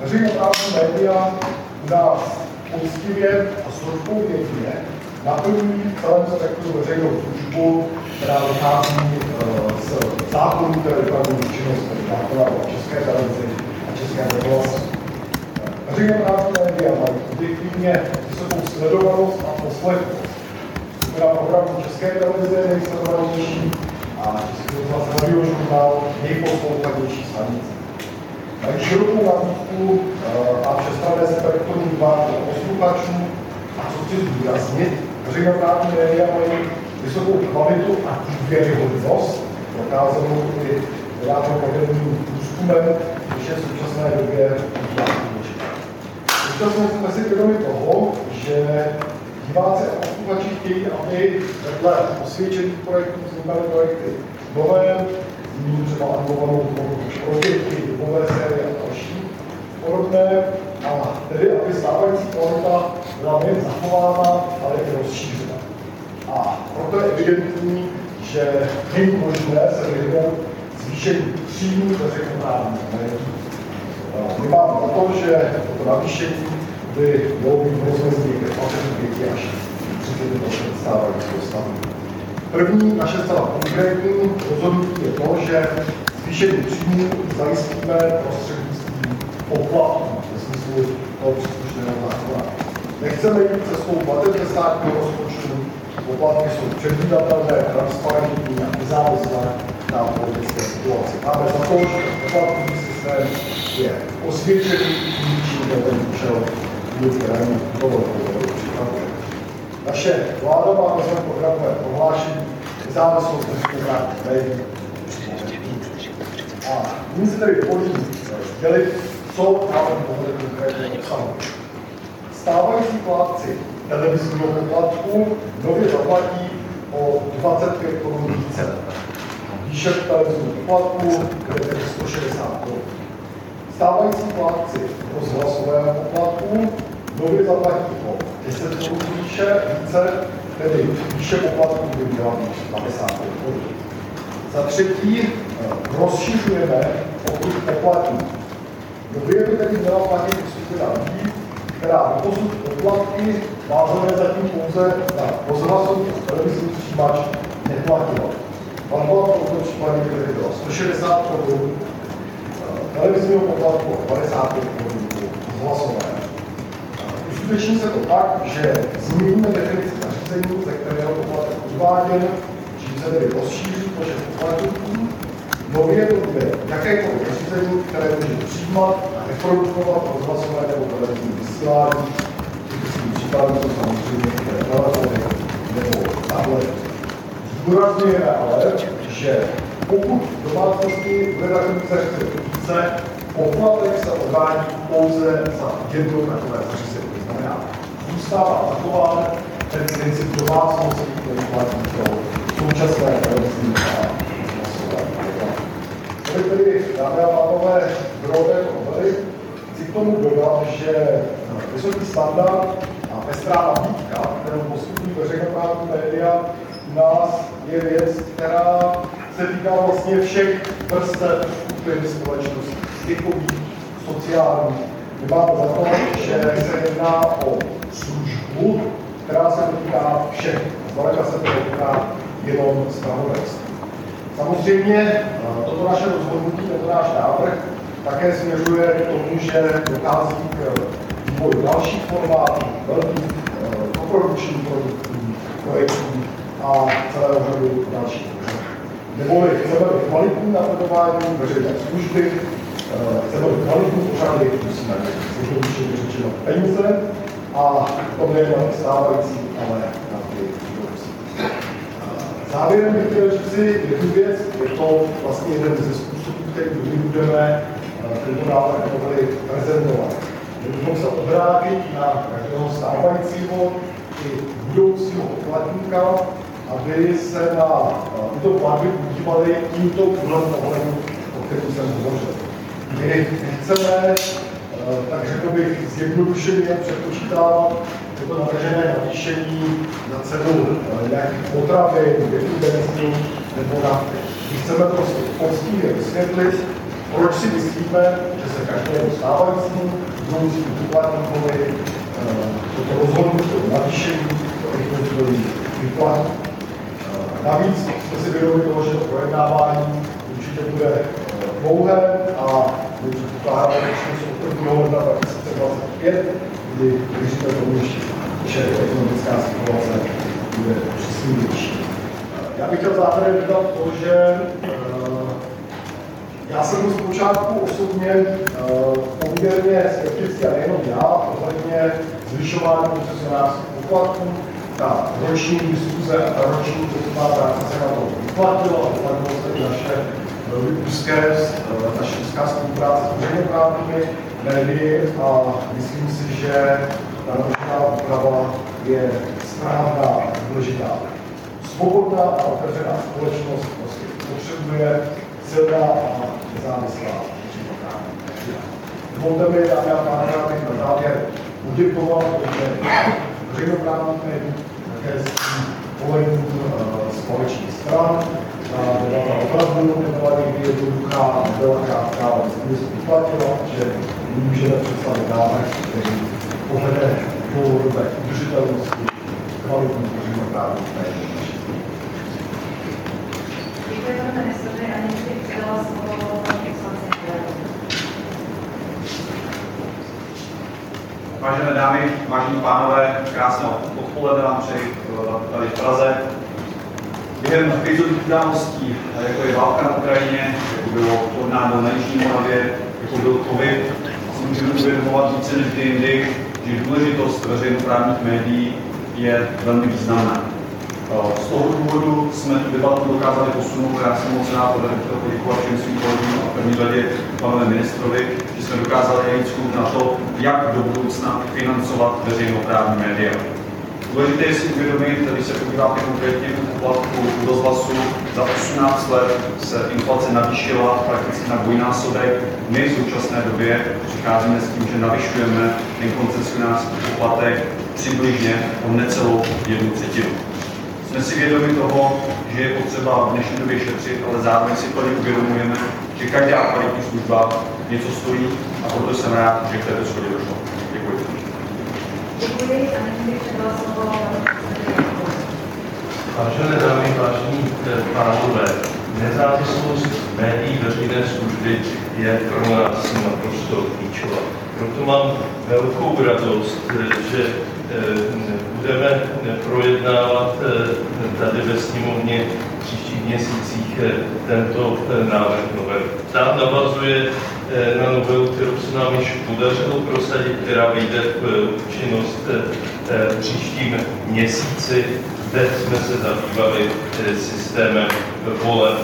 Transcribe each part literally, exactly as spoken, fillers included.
veřejnoprávní média u nás poctivě a zodpovědně naplňují v celém spektru veřejnou službu, která vychází z zákonů, které vypravují činnost, tedy zákona o České televizi a České rozhlase. Veřejnoprávní média mají objektivně vysokou sledovanost a poslechovost. Skupina programů České televize je nejsledovanější a Český rozhlas Radiožurnál nejposlouchanější stanice. Mají širokou nabídku a všestranné spektrum diváků a posluchačů. A co chci zdůraznit, veřejnoprávní média mají vysokou kvalitu a důvěryhodnost, prokázanou i nedávno provedeným průzkumem, když je v současné době diváků určitá. Současně jsme si vědomi toho, že diváci a posluchači chtějí, aby vedle osvědčených projektů vznikaly projekty nové, zmíním třeba animovanou projekty, nové série a další podobné, a tedy aby stávající kvalita byla nejen zachována, ale i rozšířena. A proto je evidentní, že není možné se vyhnout zvýšení příjmů veřejnoprávních médií. My máme za to, že toto navýšení by mělo být v rozmezí dvacet pět až třicet procent stávajícího stavu. První naše zcela konkrétní rozhodnutí je to, že zvýšení příjmů zajistíme prostřednictvím poplatků ve smyslu toho příslušného zákona. Nechceme jít cestou plateb státního rozpočtu, poplatky jsou předvídatelné, transparentní a nezávislé na politické situaci. Máme za to, že poplatkový systém je osvědčený ničím ten účel, kterému tohle připravuje. Naše vláda má ve svém programové prohlášení nezávislost veřejnoprávních médií. A nyní se tedy dovolím sdělit, co návrh tohle konkrétně obsahuje. Stávající plátci televizního poplatku nově zaplatí o dvacet pět korun více. Výše televizního poplatku bude tedy sto šedesát korun. Stávající plátci rozhlasového poplatku nově zaplatí o deset korun výše více, tedy výše poplatku by měla být padesát korun. Za třetí rozšiřujeme okruh poplatníků. Nově by tedy měla platit skupina lidí, která doposud poplatky vázané zatím pouze na rozhlasový a televizní přijímač neplatila. Platba v tomto případě tedy byla sto šedesát korun, televizního poplatku padesát pět korun rozhlasového. Uskuteční se to tak, že změníme definici nařízení, ze kterého poplatek odváděn, čím se tedy rozšíří počet poplatníků. Nově to bude jakékoliv nařízení, které může přijímat a reprodukovat rozhlasové nebo televizní vysílání. Typickým příkladem jsou samozřejmě telefony nebo tablety. Zdůrazňujeme ale, že pokud v domácnosti bude takový zařízení více, poplatek se odvádí pouze za jedno takové zařízení. To znamená, zůstává zachován ten princip domácnosti, který platí pro současné televizní a tedy, dámy a pánové, drobné novely, chci k tomu dodat, že vysoký standard a pestrá nabídka, kterou poskytují veřejnoprávní média, u nás je věc, která se týká vlastně všech vrstev skupin společnosti, věkových, sociálních. My máme za to, že se jedná o službu, která se dotýká všech. Zdaleka se to dotýká jenom zpravodajství. Samozřejmě toto naše rozhodnutí, tento náš návrh také směřuje k tomu, že dochází k vývoji dalších formátů, velkých koprodukčních produktů, projektů a celého řadu dalších projektů. Neboli chceme být kvalitní napredování veřejné služby, chceme být kvalitní pořady, musíme být řečeno peníze a to nejen stávající, ale na ty budoucí. Závěrem bych chtěl říci jednu věc, je to vlastně jeden ze způsobů, který my budeme tento návrh novely prezentovat. Že bychom se obrátit na každého stávajícího i budoucího poplatníka, aby se na tyto platby podívali tímto úhlem pohledu, o kterém jsem hovořil. My chceme, tak řekl bych, zjednodušeně předpočítávat to navržené navýšení na cenu nějakých potravin, větví benzínu nebo nafty. My chceme prostě poctivě vysvětlit, proč si myslíme, že se každému stávajícímu budoucímu poplatníkovi toto rozhodnutí o navýšení těchto zdrojů výplatí. Navíc jsme si vědomi toho, že to projednávání určitě bude dlouhé a my předpokládáme, že jsou od prvního ledna dva tisíce dvacet pět, kdy věříme tomu, že ekonomická situace bude přísnější. Já bych chtěl závěrem dodat to, že já jsem byl zpočátku osobně poměrně skeptický, a nejenom já, ohledně zvyšování koncesionářských poplatků. Ta roční diskuze a ta roční postupná práce se na to vyplatilo a vyplatilo se i naše velmi úzké, naše úzká spolupráce s veřejnoprávními médii a myslím si, že ta navržená úprava je správná a důležitá. Svobodná a otevřená společnost prostě potřebuje silná a nezávislá veřejnoprávní média. Dovolte mi, dámy a pánové, abych na závěr poděkoval veřejnoprávních médií, také s tím pohledem společných stran. Ta debata opravdu nebyla někdy jednoduchá, nebyla krátká, ale myslím, že se vyplatila, že můžeme představit návrh, který povede k dlouhodobé udržitelnosti kvalitních veřejnoprávních médií. Děkuji, pane ministře, a nyní bych předala slovo panu poslanci. Vážené dámy, vážení pánové, krásné odpoledne vám přeji tady v Praze. Během krizových událostí, jako je válka na Ukrajině, jako bylo tornádo na Jižní Moravě, jako byl covid, si můžeme uvědomovat více než kdy jindy, že důležitost veřejnoprávních médií je velmi významná. Z toho důvodu jsme tu debatu dokázali posunout. Já jsem moc rád, že chtěl poděkovat všem svým kolegům a v první řadě panu ministrovi, že jsme dokázali najít sklub na to, jak do budoucna financovat veřejnoprávní média. Důležité je si uvědomit, když se podíváte konkrétně k poplatku u rozhlasu, za osmnáct let se inflace navýšila prakticky na dvojnásobek. My v současné době přicházíme s tím, že navyšujeme ten koncesionářský poplatek přibližně o necelou jednu třetinu. Jsme si vědomi toho, že je potřeba v dnešní době šetřit, ale zároveň si plně uvědomujeme, že každá kvalitní služba něco stojí a proto jsem rád, že k této shodě došlo. Děkuji. Děkuji a nyní bych předala slovo panu poslanci. Vážené dámy, vážení pánové, nezávislost médií veřejné služby je pro nás naprosto klíčová. Proto mám velkou radost, že budeme projednávat tady ve sněmovně v příštích měsících tento návrh novely. Tam navazuje na novelu, kterou se nám již podařilo prosadit, která vyjde v účinnost v příštím měsíci. Zde jsme se zabývali systémem voleb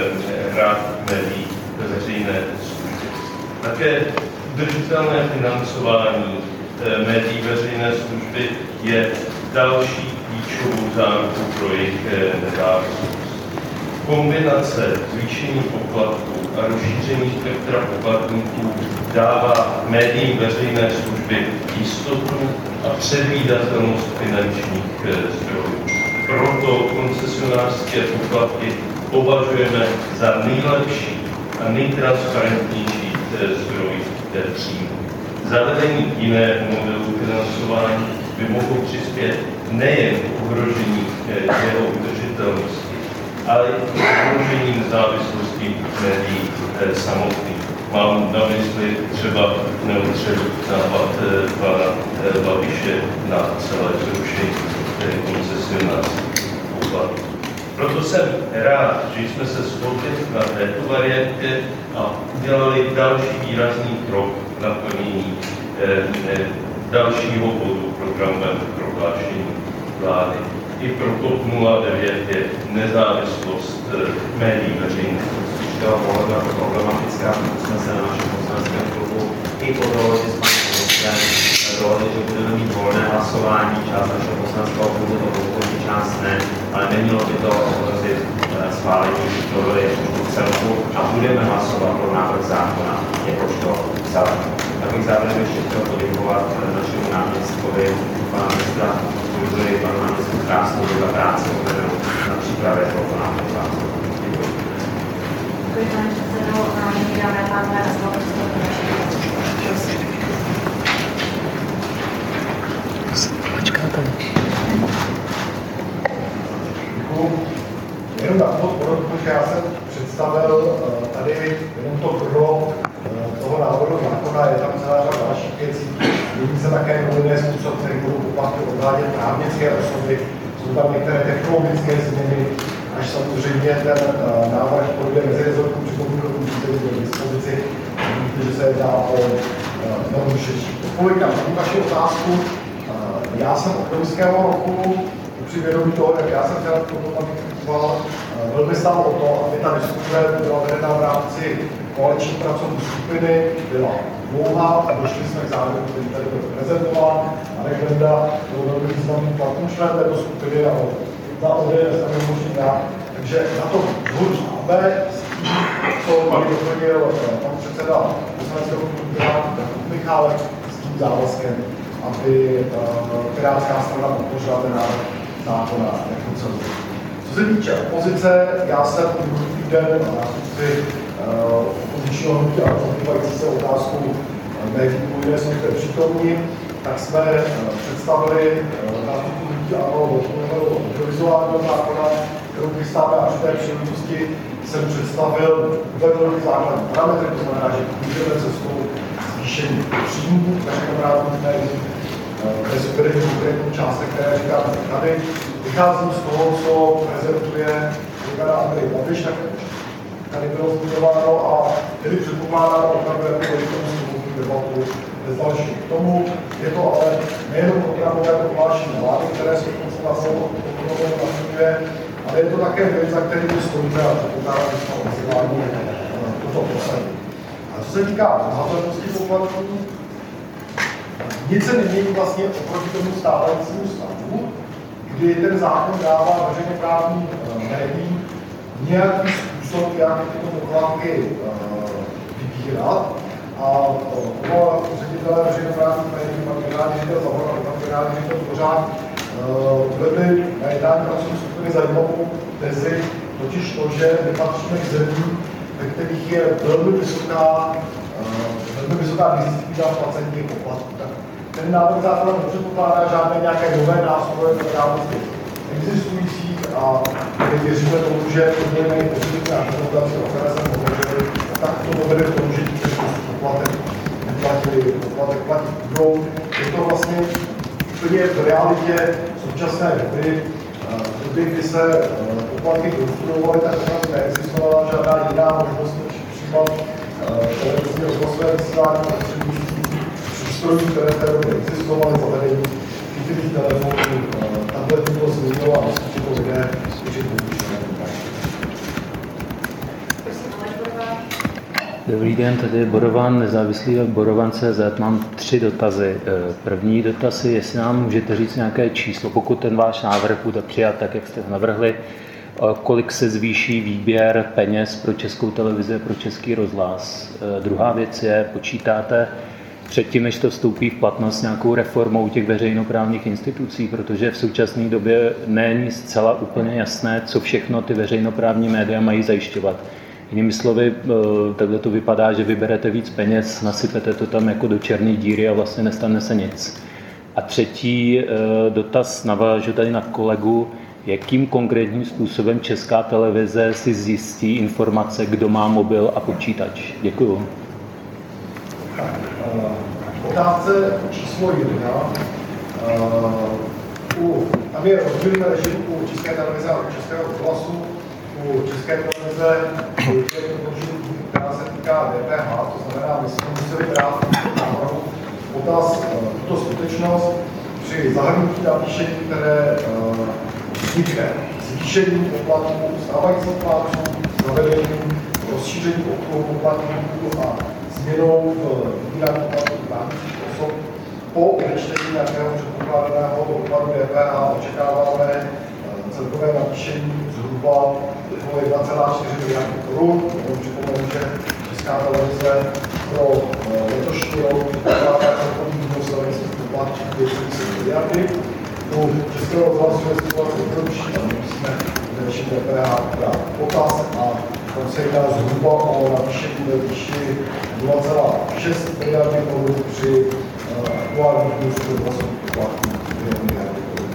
rad médií veřejné služby. Také udržitelné financování médií veřejné služby je další klíčovou zárukou pro jejich nezávislost. Kombinace zvýšení poplatků a rozšíření spektra poplatníků dává médiím veřejné služby jistotu a předvídatelnost finančních zdrojů. Proto koncesionářské poplatky považujeme za nejlepší a nejtransparentnější zdroj příjmu. Zavedení jiného modelu financování by mohlo přispět nejen k ohrožení jeho udržitelnosti, ale i k ohrožení nezávislosti médií samotných. Mám na mysli třeba neotřebovat pana Babiše na celé zrušení koncesionářských poplatků. Proto jsem rád, že jsme se shodli na této variantě a udělali další výrazný krok na plnění eh, dalšího bodu programového prohlášení vlády. I pro TOP nula devět je nezávislost eh, médií veřejných. Byla pohledu jako problematická, jsme se na našem poslaneckém klubu i po dohodě s panem ministrem dohodli, že budeme mít volné hlasování, část našeho poslaneckého klubu to podpoří, část ne, ale nemělo by to ohrozit schválení novely jako celku a budeme hlasovat pro návrh zákona jakožto celek. Tak bych zároveň ještě chtěl poděkovat našemu náměstkovi, pana ministra kultury, panu náměstku Krásnou za práci odvedenou na přípravě tohoto návrhu zákona. Děkuji. Děkuji, pane předsedo. předsedo, vážení dámy a pánové, a znovu vystoupím naše Počkáte. Jenom na to porodku, že já jsem představil tady jenom to gro toho návrhu zákona, je tam celá řada dalších věcí. Mění se také povinné způsob, který budou poplatky odvádět právnické osoby, jsou tam některé technologické změny, až samozřejmě ten návrh půjde mezirezortním připomínkovým řízení do dispozici. Vidíte, že se jedná o velmi širší. Odpověď na vaši otázku. Já jsem od loňského roku při vědomí toho, jak já jsem chtěl k tomu aplikoval, velmi stál o to, aby ta diskuze byla vedena v rámci koaliční pracovní skupiny, byla dlouhá a došli jsme k závěru, který tady byl prezentován. Marek Benda byl velmi významný platný člen této skupiny a za O D S tam je možný já. Takže na to zhodu máme s tím, co tady doplnil pan předseda poslaneckého klubu Michálek s tím závazkem, aby pirátská strana podpořila ten návrh zákona jako celý. Co se týče opozice, já jsem minulý týden na nástupci opozičního hnutí a zabývající se otázkou médií, které jsou zde přítomní, tak jsme představili nástupci hnutí ANO audiovizuálního zákona, kterou chystáme a při té příležitosti jsem představil uvedený základní parametry, to znamená, že můžeme cestou zvýšení příjmů veřejnoprávních médií, bez uvedení konkrétních částek, které říkám tady. Vycházím z toho, co prezentuje říkaná Andrej Babiš, tak tady bylo zmiňováno a tedy předpokládáno opravdu jako velikomu svobodnou debatu bez dalšího. K tomu je to ale nejenom programové prohlášení vlády, které se dokonce na celou naplňuje, ale je to také věc, za kterými stojíme a předpokládám, že jsme odzivání toto prosadí. A co se týká záležitosti poplatků, nic se nemění vlastně oproti tomu stávajícímu stavu, kdy ten zákon dává veřejnoprávním médiím nějaký způsob, jak tyto poplatky vybírat. A oba ředitelé veřejnoprávních médií, pan generální ředitel Zavor a pan generální ředitel Dvořák, uvedli na jednání pracovní skupiny zajímavou tezi, totiž to, že nepatříme k zemím, ve kterých je velmi vysoká, velmi vysoká disciplína placení těch poplatků. Ten návrh zákona nepředpokládá žádné nějaké nové nástroje pro rámci existujících a my věříme tomu, že mějme i pozitivní argumentaci, o které jsem hovořil, tak to povede k tomu, že ti, kteří poplatek neplatili, poplatek platit budou. Je to vlastně úplně v realitě současné doby, v době, kdy se poplatky konstruovaly, tak opravdu neexistovala žádná jiná možnost, než přijímat televizní rozhlasové vysílání přístrojů, které v té době existovaly, zavedení chytrých telefonů, tabletů to změnilo a myslím, že to lidé skutečně používají. Dobrý den, tady je Borovan, nezávislý web Borovan tečka cé zet. Mám tři dotazy. První dotaz je, jestli nám můžete říct nějaké číslo, pokud ten váš návrh bude přijat tak, jak jste navrhli, kolik se zvýší výběr peněz pro Českou televizi a pro Český rozhlas. Druhá věc je, počítáte předtím, než to vstoupí v platnost, nějakou reformou těch veřejnoprávních institucí, protože v současné době není zcela úplně jasné, co všechno ty veřejnoprávní média mají zajišťovat. Jinými slovy, takhle to vypadá, že vyberete víc peněz, nasypete to tam jako do černé díry a vlastně nestane se nic. A třetí dotaz, navážu tady na kolegu, jakým konkrétním způsobem Česká televize si zjistí informace, kdo má mobil a počítač. Děkuju. Otázce číslo jedna. Uh, tam je rozdílný režim u České televize a u Českého rozhlasu. U České televize je to režim, která se týká D P H, to znamená, my jsme museli brát návrhu otaz tuto skutečnost při zahrnutí navýšení, které uh, vznikne zvýšením poplatků stávajících plátců, zavedením rozšíření okruhu poplatníků a změnou v vybírání poplatků právnických osob. Po odečtení nějakého předpokládaného dokladu D P H očekáváme celkové navýšení zhruba o jedna celá čtyři miliardy korun. Připomenu, že Česká televize pro letošní rok předpokládá celkový výnos televizních poplatků dvě celá sedm miliardy. U Českého rozhlasu je situace jednodušší, tam musíme řešit D P H brát potaz a tam se jedná zhruba o navýšení nula celá šest miliardy korun při aktuálním kurzu dvacet poplatků dvě miliardy korun.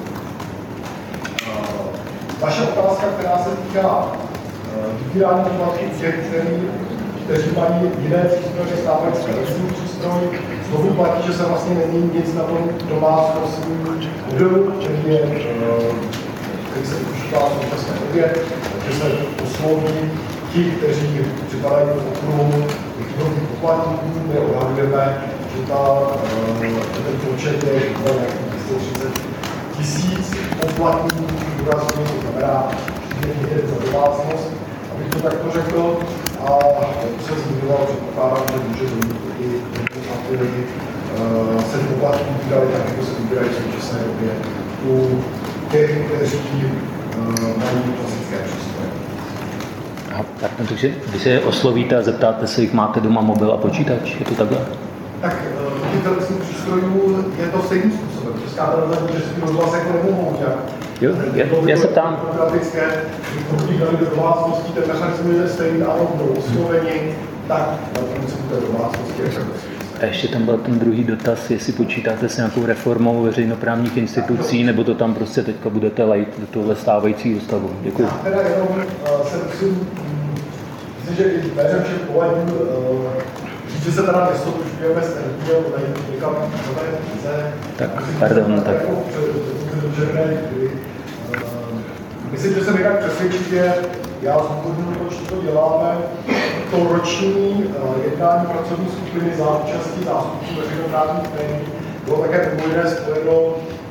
Vaše otázka, která se týká vybírání poplatků těch, který, kteří mají jiné přístroje než stávající televizní přístroj, znovu platí, že se vlastně nemění nic na tom domácnostním modelu, který je který se využívá v současné době, takže se osloví ti, kteří připadají do okruhu východních poplatníků, my odhadujeme, že ta, ten počet je nějakých dvě stě třicet tisíc poplatníků, důrazně, to znamená jeden za domácnost, abych to takto řekl, a jak se zmiňoval, předpokládám, že může dojít i na ty lidi se poplatní vydali tak, jako se vybírají v současné době u těch, kteří mají klasické přístroje. Pardon, takže vy se oslovíte a zeptáte se, jich máte doma mobil a počítač, je to takhle? Tak u těch televizních přístrojů je to stejným způsobem. Česká televize a Český rozhlas jako nemohou nějak. Jo, já, já se ptám. Demokratické, pokud jich dali do domácností, ten mechanismus je stejný, ano, budou osloveni, tak na principu té domácnosti je to. A ještě tam byl ten druhý dotaz, jestli počítáte s nějakou reformou veřejnoprávních institucí, nebo to tam prostě teďka budete lejt do tohle stávajícího stavu. Děkuji. Já teda jenom uh, se musím, myslím, že i jménem všech pohledů, uh, říct, že se teda nestotožňujeme s energií, ale najít někam nové vize. Tak, pardon, tak. Jako myslím, že jsem jinak přesvědčit, že já z důvodu, proč to děláme, to roční jednání pracovní skupiny za účastí zástupců veřejnoprávních médií bylo také mimo jiné spojeno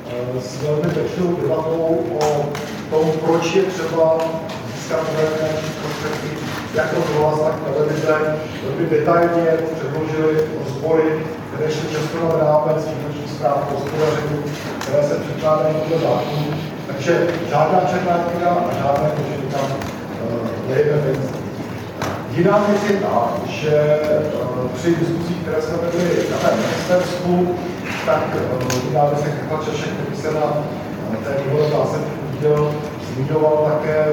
s velmi pečlivou debatou o tom, proč je třeba získat nové finanční prostředky, jak rozhlas, tak televize. Velmi detailně předložili rozbory, které šly často nad rámec finanční správy hospodaření, které se předkládají podle zákonů. Takže žádná černá kniha a žádné to, že tam nejde peníze. Jiná věc je ta, že uh, při diskuzích, které jsme vedli na ministerstvu, tak jiná věc je Karla Češek, který se na uh, té důvod zásadě podíl, zmiňoval také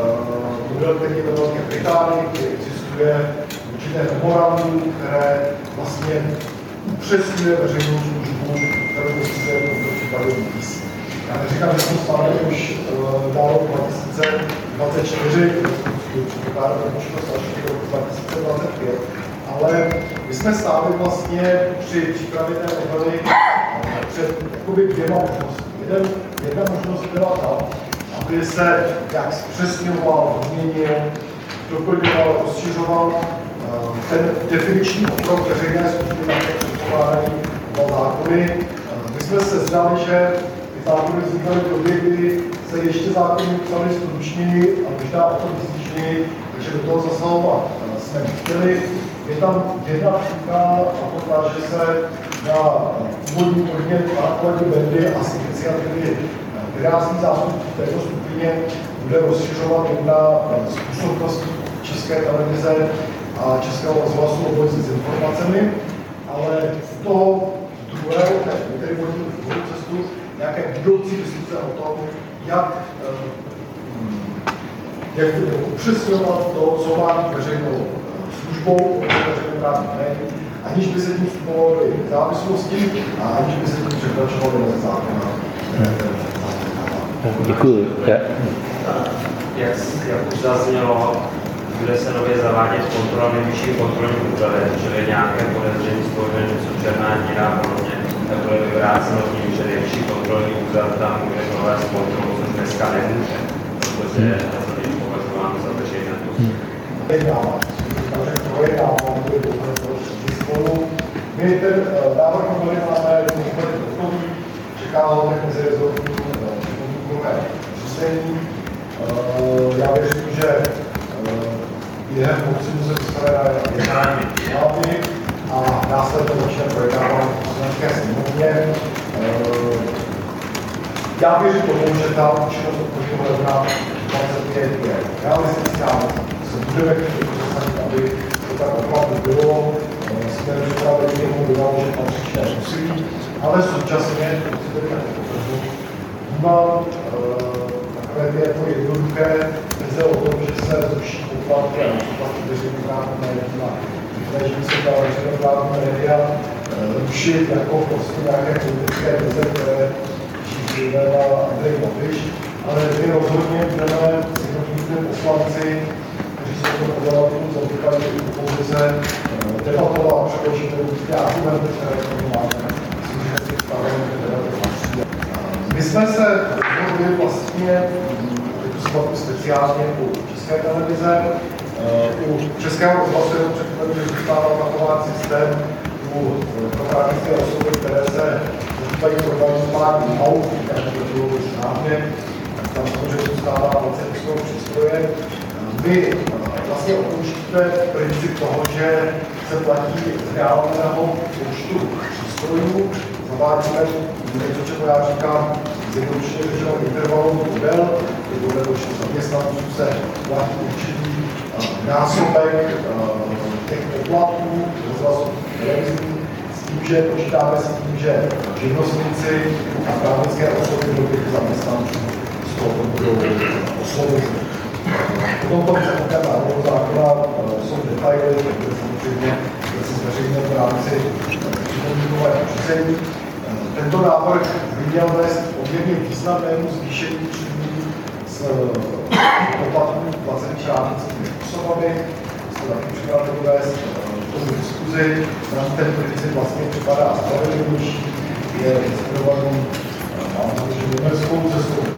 uh, model, který je ve Velké Británii, kde existuje určité memorandum, které vlastně upřesňuje veřejnou službu, kterou musíte v tomto případě vysí. Já neříkám, že jsme stále už uh, dál dva tisíce dvacet čtyři, předpokládám účinnost až do roku dva tisíce dvacet pět, ale my jsme stáli vlastně při přípravě té novely před jakoby dvěma možnostmi. Jeden, jedna možnost byla ta, aby se jak zpřesňoval, změnil, doplňoval, rozšiřoval uh, ten definiční okruh veřejné služby, na které předpokládají dva zákony. Uh, my jsme se zdali, že zákony vznikaly v době, kdy se ještě zákony psaly stručněji a možná o tom výslišněji, takže do toho zasahovat jsme nechtěli. Je tam jedna příklad a to ta, že se na původní podnět pana kolegy Bendy a z iniciativy pirátských zástupců v této skupině bude rozšiřovat jedna z působností České televize a Českého rozhlasu obojci s informacemi, ale z toho druhého, který vodí druhou cestu, nějaké budoucí diskuse o tom, jak, jak upřesňovat to, co má být veřejnou službou, veřejnoprávních médií, aniž by se tím vstupovaly závislosti a aniž by se tím překračovaly mezi zákona. Děkuji. Jak, jak už zaznělo, bude se nově zavádět kontrola nejvyšší kontrolní úřady, čili nějaké podezření z toho, že něco černá díra a podobně, tak bude vyvráceno tím, že nejvyšší kontrolní úřad tam bude provést kontrolu, což dneska nemůže, protože je to považováno za veřejné služby. My ten návrh novely máme úplně hotový, čeká ho tak mezi rezortní připomínkové řízení. Já věřím, že během podzimu se dostane na jednání vlády a následně začne projednávání v poslanecké sněmovně. Já věřím tomu, že ta účinnost od prvního ledna dvacet pět je realistická, se budeme chtít zasadit, aby to tak opravdu bylo. Jsme připravili k tomu vynaložit patřičné úsilí, ale současně, pokud se tedy tak potvrdím, vnímám takové ty jako jednoduché vize o tom, že se zruší poplatky a poplatky veřejnoprávní médií na snaží se ta veřejnoprávní média rušit jako prostě nějaké politické vize, které šíří Andrej Babiš, ale my rozhodně budeme sjednotní poslanci, kteří se to podavatelů zatýkají i opozice, debatovat, předložit ty argumenty, které k tomu máme. Myslím, že si stavíme ty debaty patří. My jsme se rozhodli vlastně, teď to se speciálně u České televize, u Českého rozhlasu jenom předtím, že zůstával takový systém u právnické osoby, které se zabývají provozování aut, takže to bylo správně, tam samozřejmě zůstává dvacet osm přístroje. Vy vlastně opouštíte princip toho, že se platí z reálného počtu přístrojů, zavádíme něco, čemu já říkám, zjednodušeně řečeno intervalový model, kdy podle počtu zaměstnanců se platí určitý násobek těch poplatků, rozhlasových televizí, s tím, že počítáme s tím, že živnostníci a právnické osoby do těch zaměstnanců z toho budou osvobozeny. V tomto samotném návrhu zákona jsou detaily, které samozřejmě se zveřejně v rámci připomínkového řízení. Tento návrh by měl vést poměrně významnému zvýšení příjmů z poplatků placených právnickými osobami. To taky připravili vést v tom diskuzi. Nám ten princip vlastně připadá spravedlivější, je inspirovaný, mám to, že německou cestou.